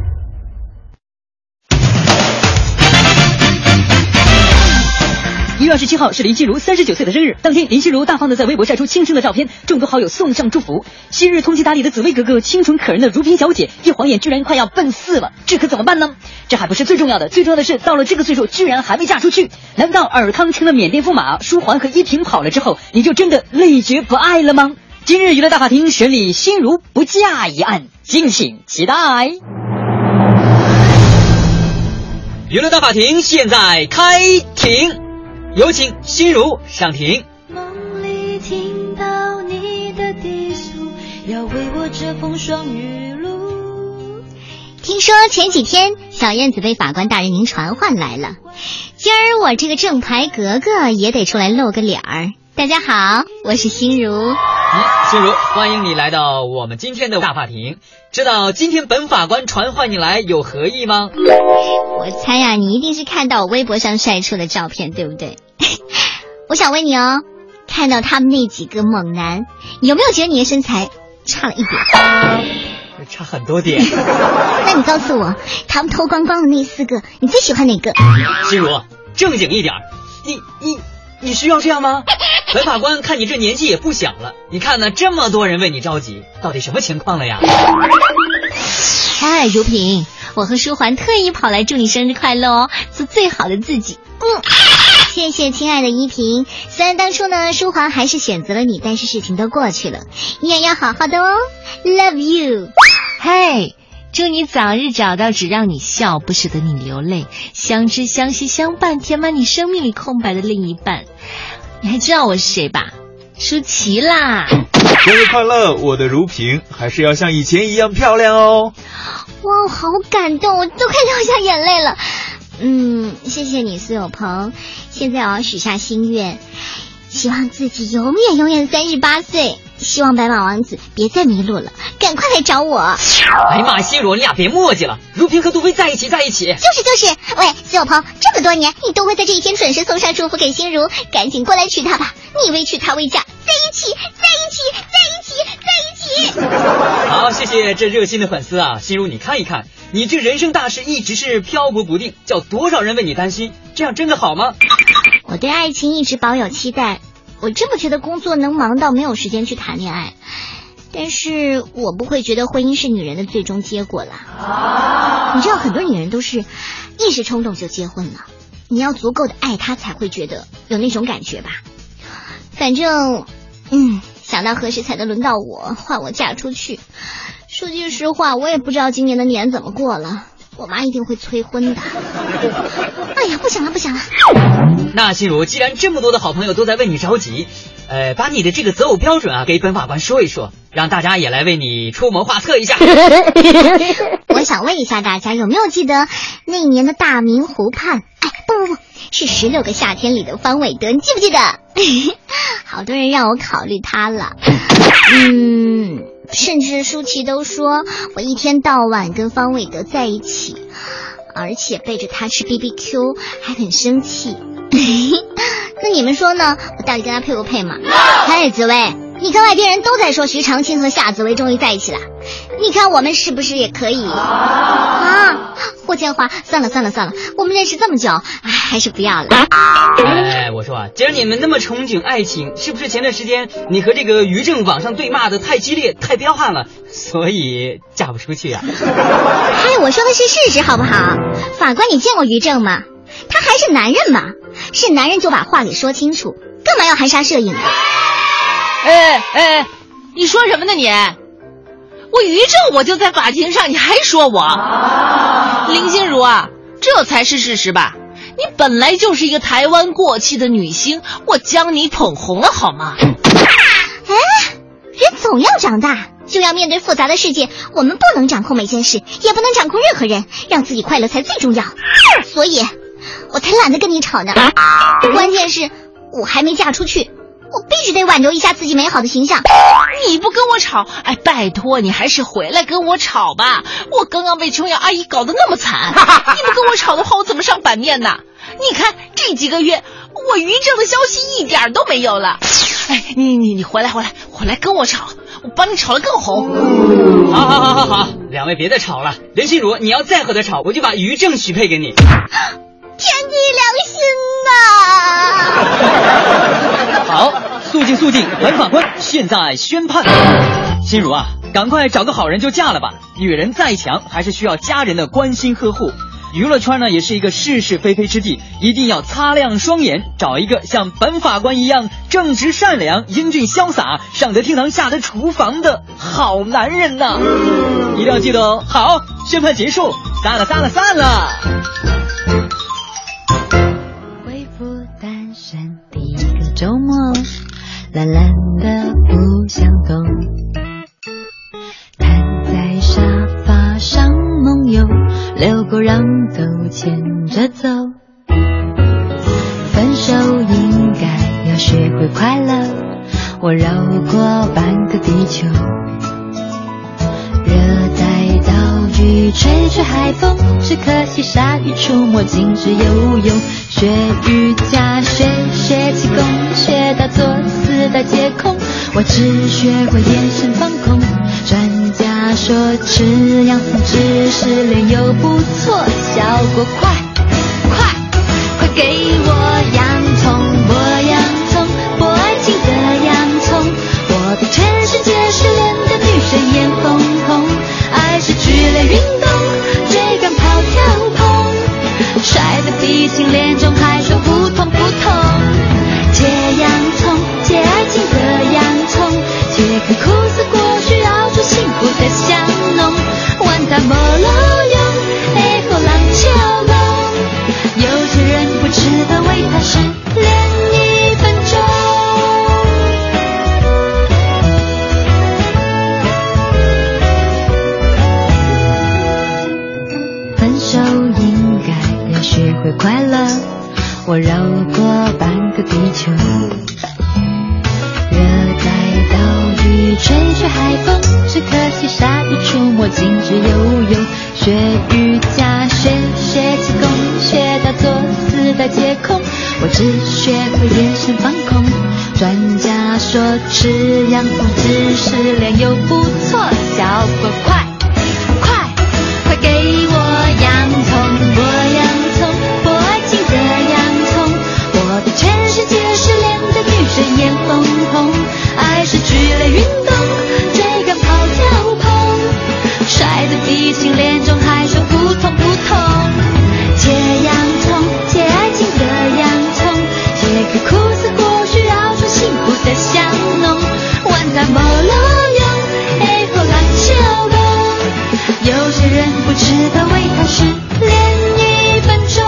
一月十七号是林心如三十九岁的生日，当天林心如大方的在微博晒出青春的照片，众多好友送上祝福。昔日通情达理的紫薇格格，清纯可人的如萍小姐，一晃眼居然快要奔四了，这可怎么办呢？这还不是最重要的，最重要的是到了这个岁数居然还没嫁出去。难道尔康成了缅甸驸马，舒缓和依萍跑了之后，你就真的累觉不爱了吗？今日娱乐大法庭审理心如不嫁一案，敬请期待。娱乐大法庭现在开庭，有请心如上庭。 梦里听到你的低诉，要为我这封双语录。 听说前几天小燕子被法官大人您传唤来了，今儿我这个正牌格格也得出来露个脸儿。大家好，我是心如。 嗯，心如，欢迎你来到我们今天的大法庭。知道今天本法官传唤你来有何意吗？ 我猜呀、啊，你一定是看到我微博上晒出的照片，对不对？我想问你哦，看到他们那几个猛男，有没有觉得你的身材差了一点？ 差很多点。 那你告诉我，他们脱光光的那四个，你最喜欢哪个？ 心如，正经一点，你你你需要这样吗？本法官看你这年纪也不小了，你看呢，这么多人为你着急，到底什么情况了呀？ 哎，如萍，我和舒环特意跑来祝你生日快乐哦，做最好的自己。嗯，谢谢亲爱的依萍。虽然当初呢，舒环还是选择了你，但是事情都过去了，你也要好好的哦。Love you。 嘿，祝你早日找到只让你笑不使得你流泪，相知相惜相伴，填满你生命里空白的另一半。你还知道我是谁吧？舒淇啦！ 生日快乐，我的如萍，还是要像以前一样漂亮哦。 哇，好感动，我都快流下眼泪了。嗯，谢谢你苏有朋。现在我要许下心愿，希望自己永远永远三十八岁，希望白马王子别再迷路了，赶快来找我。 哎呀妈，心如，你俩别磨叽了，如萍和杜飞在一起在一起。 就是就是，喂，苏有朋，这么多年你都会在这一天准时送上祝福给心如，赶紧过来娶她吧，你为娶她为嫁，在一起，在一起，在一起，在一起。 好，谢谢这热心的粉丝啊，心如，你看一看，你这人生大事一直是漂泊不定，叫多少人为你担心，这样真的好吗？ 我对爱情一直保有期待，我真不觉得工作能忙到没有时间去谈恋爱，但是我不会觉得婚姻是女人的最终结果啦。你知道很多女人都是一时冲动就结婚了，你要足够的爱她才会觉得有那种感觉吧。反正嗯，想到何时才能轮到我换我嫁出去，说句实话，我也不知道今年的年怎么过了，我妈一定会催婚的。哎呀，不想了不想了。 那心如，既然这么多的好朋友都在为你着急，呃，把你的这个择偶标准啊给本法官说一说，让大家也来为你出谋划策一下。 我想问一下大家，有没有记得那一年的大明湖畔？哎，不不不，是十六个夏天里的方伟德，你记不记得？好多人让我考虑他了。嗯，甚至舒淇都说我一天到晚跟方伟德在一起，而且背着他吃 B B Q 还很生气。那你们说呢？我到底跟他配不配嘛？嘿，紫薇，你看外边人都在说徐长卿和夏紫薇终于在一起了，你看我们是不是也可以啊？霍建华，算了算了算了，我们认识这么久，哎，还是不要了。 哎，我说啊，既然你们那么憧憬爱情，是不是前段时间你和这个于正网上对骂的太激烈太彪悍了，所以嫁不出去啊？ 哎，我说的是事实好不好？法官，你见过于正吗？他还是男人嘛，是男人就把话给说清楚，干嘛要含沙射影的？ 哎哎，你说什么呢你？我于正我就在法庭上，你还说我？林心如啊，这才是事实吧？你本来就是一个台湾过气的女星，我将你捧红了好吗？ 哎，人总要长大，就要面对复杂的世界，我们不能掌控每件事，也不能掌控任何人，让自己快乐才最重要。所以我才懒得跟你吵呢。关键是我还没嫁出去，我必须得挽留一下自己美好的形象。 你不跟我吵，哎，拜托你还是回来跟我吵吧。我刚刚被琼瑶阿姨搞得那么惨，你不跟我吵的话，我怎么上版面呢？你看这几个月，我于正的消息一点都没有了。哎，你你你回来回来回来跟我吵，我帮你炒得更红。 好好好好好，两位别再吵了。任心如，你要再和他吵，我就把于正许配给你。 天地良心呐！ 敬肃静，本法官现在宣判。心如啊，赶快找个好人就嫁了吧。女人再强，还是需要家人的关心呵护。娱乐圈呢，也是一个是是非非之地，一定要擦亮双眼，找一个像本法官一样正直善良、英俊潇洒、上得厅堂下得厨房的好男人呐！一定要记得哦。好，宣判结束，散了散了散了。 恢复单身第一个周末，懒懒的不想动，瘫在沙发上梦游，流过让都牵着走。分手应该要学会快乐，我绕过半个地球。热带岛屿吹吹海风，只可惜鲨鱼出没禁止游泳。学瑜伽学学气功，学到作死的接空，我只学会眼神放空。专家说吃洋葱知识脸又不错，效果快快快给我洋葱，剥洋葱，剥爱情的洋葱。我比全世界失恋的女生眼红红，爱是剧烈运动，追赶跑跳碰，晒得鼻青脸肿还说不痛不痛。切洋葱，切爱情的洋葱，切开苦涩果需要出幸福的香浓。玩它没路用，哎后浪秋梦。有些人不值得为他失恋一分钟。分手应该要学会快乐，我绕过半个地球。热带岛屿吹吹海风，只可惜鲨鱼出没禁止游泳。学瑜伽学学气功，学到作死的接空，我只学会眼神放空。专家说吃洋葱知识脸又不错，效果快快快给我洋葱，剥洋葱，剥爱情的洋葱。我比全世界失恋的女生眼红红，爱是剧烈运动，追赶跑跳碰，晒得鼻青脸肿还说不痛不痛。切洋葱，切爱情的洋葱，切开苦涩果需要出幸福的香浓。玩它没路用，哎后浪秋冬。有些人不值得为他失恋一分钟。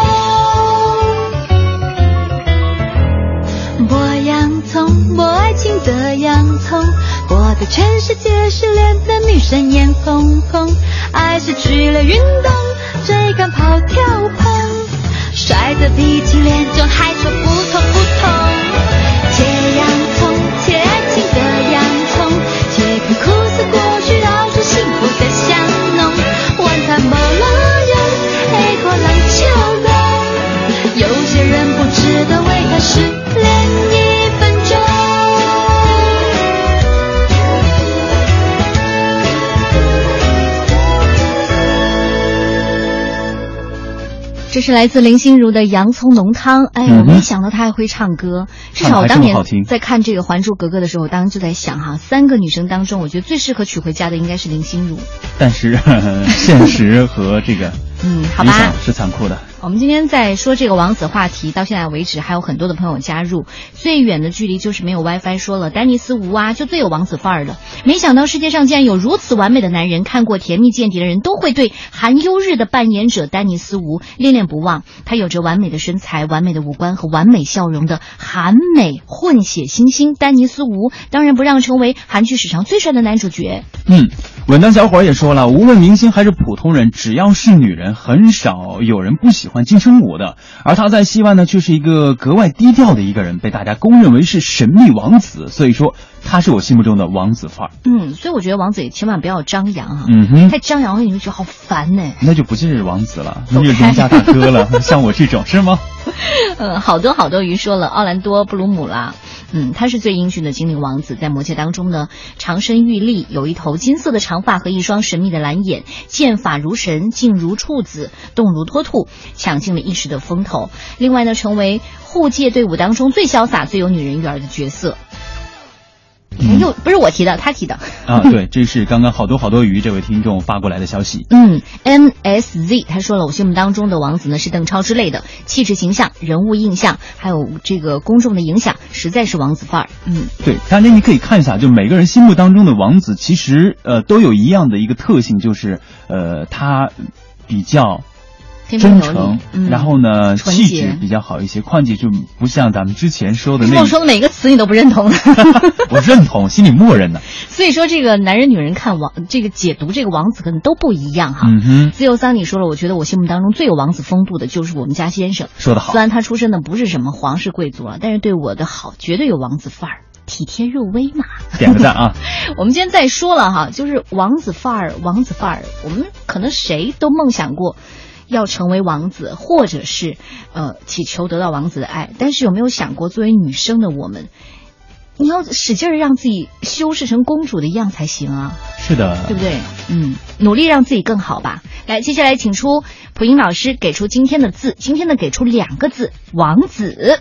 剥洋葱，剥爱情的洋葱，剥得全世界失恋的女生眼红红，爱是剧烈运动，追赶跑跳碰，晒得鼻青脸肿还说不痛不痛。切洋葱，切爱情的洋葱，切开苦涩果需要出幸福的香浓。玩它没路用，哎过浪秋冬。有些人不值得为他失恋一分钟。 这是来自林心如的洋葱浓汤。哎呀，我没想到她还会唱歌。至少我当年在看这个《还珠格格》的时候，我当时就在想哈，三个女生当中，我觉得最适合娶回家的应该是林心如。 但是呵呵现实和这个嗯，好吧， 是残酷的。 我们今天在说这个王子话题，到现在为止还有很多的朋友加入。最远的距离就是没有 WiFi 说了，丹尼斯吴啊，就最有王子范儿的。没想到世界上竟然有如此完美的男人，看过《甜蜜间谍》的人都会对韩优日的扮演者丹尼斯吴恋恋不忘。他有着完美的身材、完美的五官和完美笑容的韩美混血新星丹尼斯吴，当然不让成为韩剧史上最帅的男主角。 嗯，稳当小伙也说了，无论明星还是普通人，只要是女人，很少有人不喜欢金城武的。而他在戏外呢，却是一个格外低调的一个人，被大家公认为是神秘王子，所以说他是我心目中的王子范儿。 嗯，所以我觉得王子也千万不要张扬啊， 嗯哼， 太张扬了你会觉得好烦呢、欸。 那就不是王子了，那就是邻家大哥了，像我这种是吗？ 嗯，好多好多鱼说了，奥兰多·布鲁姆啦。嗯，他是最英俊的精灵王子，在魔戒当中呢，长身玉立，有一头金色的长发和一双神秘的蓝眼，剑法如神，静如处子，动如脱兔，抢尽了一时的风头。另外呢，成为护戒队伍当中最潇洒、最有女人缘的角色。 嗯、又不是我提的，他提的啊。对，这是刚刚好多好多鱼这位听众发过来的消息。 嗯 ，M S Z 他说了，我心目当中的王子呢是邓超之类的，气质形象、人物印象，还有这个公众的影响，实在是王子范儿。嗯， 对，大家你可以看一下，就每个人心目当中的王子，其实呃都有一样的一个特性，就是呃他比较真诚， 嗯、 然后呢气质比较好一些，况且就不像咱们之前说的那。 跟我说的每个词你都不认同的。 我认同，心里默认的。 所以说，这个男人女人看王这个解读这个王子可能都不一样哈。 嗯哼。 自由桑你说了，我觉得我心目当中最有王子风度的就是我们家先生。 说得好。 虽然他出身的不是什么皇室贵族了，但是对我的好绝对有王子范儿。体贴入微嘛， 点个赞啊！ 我们今天再说了哈，就是王子范儿，王子范儿，我们可能谁都梦想过要成为王子，或者是呃祈求得到王子的爱。但是有没有想过，作为女生的我们，你要使劲儿让自己修饰成公主的样才行啊！ 是的， 对不对？嗯，努力让自己更好吧。来，接下来请出蒲英老师给出今天的字，今天的给出两个字：王子。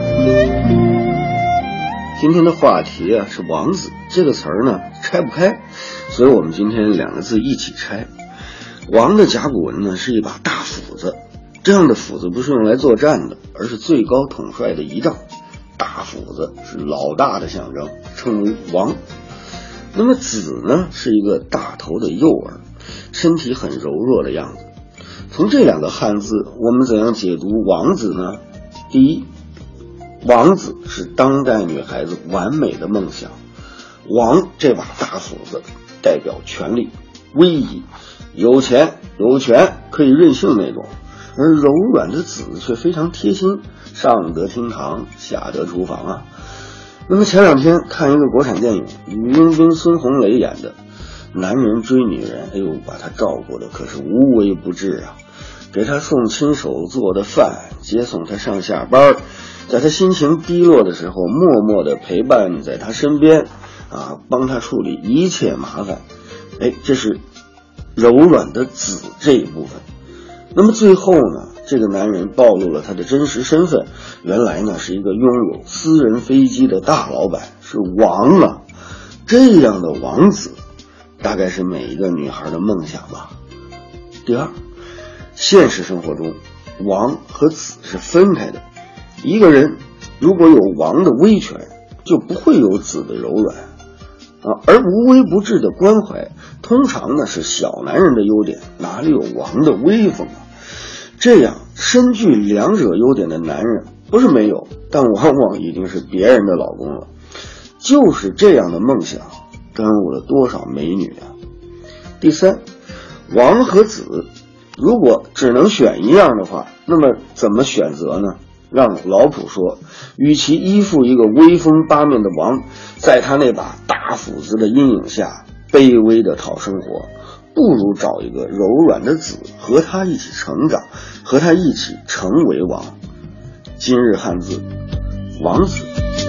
今天的话题啊是王子这个词儿呢拆不开，所以我们今天两个字一起拆。王的甲骨文呢是一把大斧子，这样的斧子不是用来作战的，而是最高统帅的仪仗。大斧子是老大的象征，称为王。那么子呢是一个大头的幼儿，身体很柔弱的样子。从这两个汉字我们怎样解读王子呢？第一，王子是当代女孩子完美的梦想。王这把大斧子代表权力、威仪，有钱有权可以任性那种，而柔软的子却非常贴心，上得厅堂下得厨房啊。那么前两天看一个国产电影，吕冰冰、孙红雷演的，男人追女人，哎呦，把她照顾的可是无微不至啊，给她送亲手做的饭，接送她上下班，在她心情低落的时候默默的陪伴在她身边啊，帮她处理一切麻烦。哎，这是柔软的子这一部分。那么最后呢，这个男人暴露了他的真实身份，原来呢是一个拥有私人飞机的大老板，是王啊。这样的王子大概是每一个女孩的梦想吧。第二，现实生活中王和子是分开的，一个人如果有王的威权，就不会有子的柔软啊，而无微不至的关怀通常呢是小男人的优点，哪里有王的威风啊？这样身具两者优点的男人不是没有，但往往已经是别人的老公了。就是这样的梦想耽误了多少美女啊。第三，王和子如果只能选一样的话，那么怎么选择呢？让老普说，与其依附一个威风八面的王，在他那把大斧子的阴影下卑微的讨生活，不如找一个柔软的子，和他一起成长，和他一起成为王。今日汉字，王子。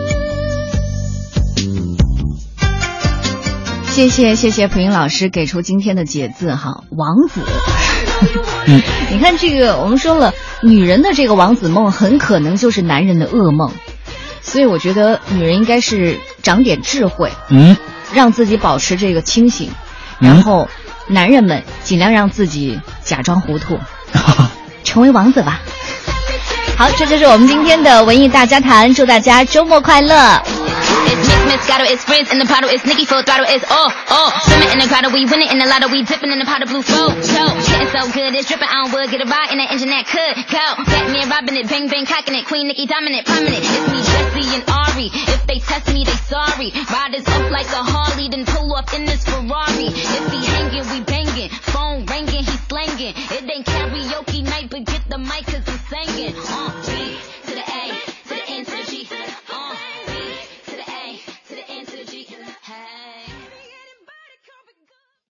谢谢谢谢蒲英老师给出今天的解字哈，王子。 嗯， 你看这个，我们说了，女人的这个王子梦很可能就是男人的噩梦，所以我觉得女人应该是长点智慧， 嗯， 让自己保持这个清醒，然后男人们尽量让自己假装糊涂，成为王子吧。好，这就是我们今天的文艺大家谈，祝大家周末快乐。 It's Miss Moscato, it's Prince in the bottle, it's Nicki full throttle, it's oh, oh. Swimming in the grotto, we winning in the lotto, we dipping in the pot of blue flow, show. Getting so good, it's dripping on wood, get a ride in the engine that could go. Batman robbing it, bang bang cocking it, Queen Nicki dominant, prominent. It's me, Jessie and Ari. If they test me, they sorry. Riders up like a Harley, then pull up in this Ferrari. If he hanging, we banging. Phone ringing, he slanging. It ain't karaoke night, but get the mic 'cause I'm singing. Uh.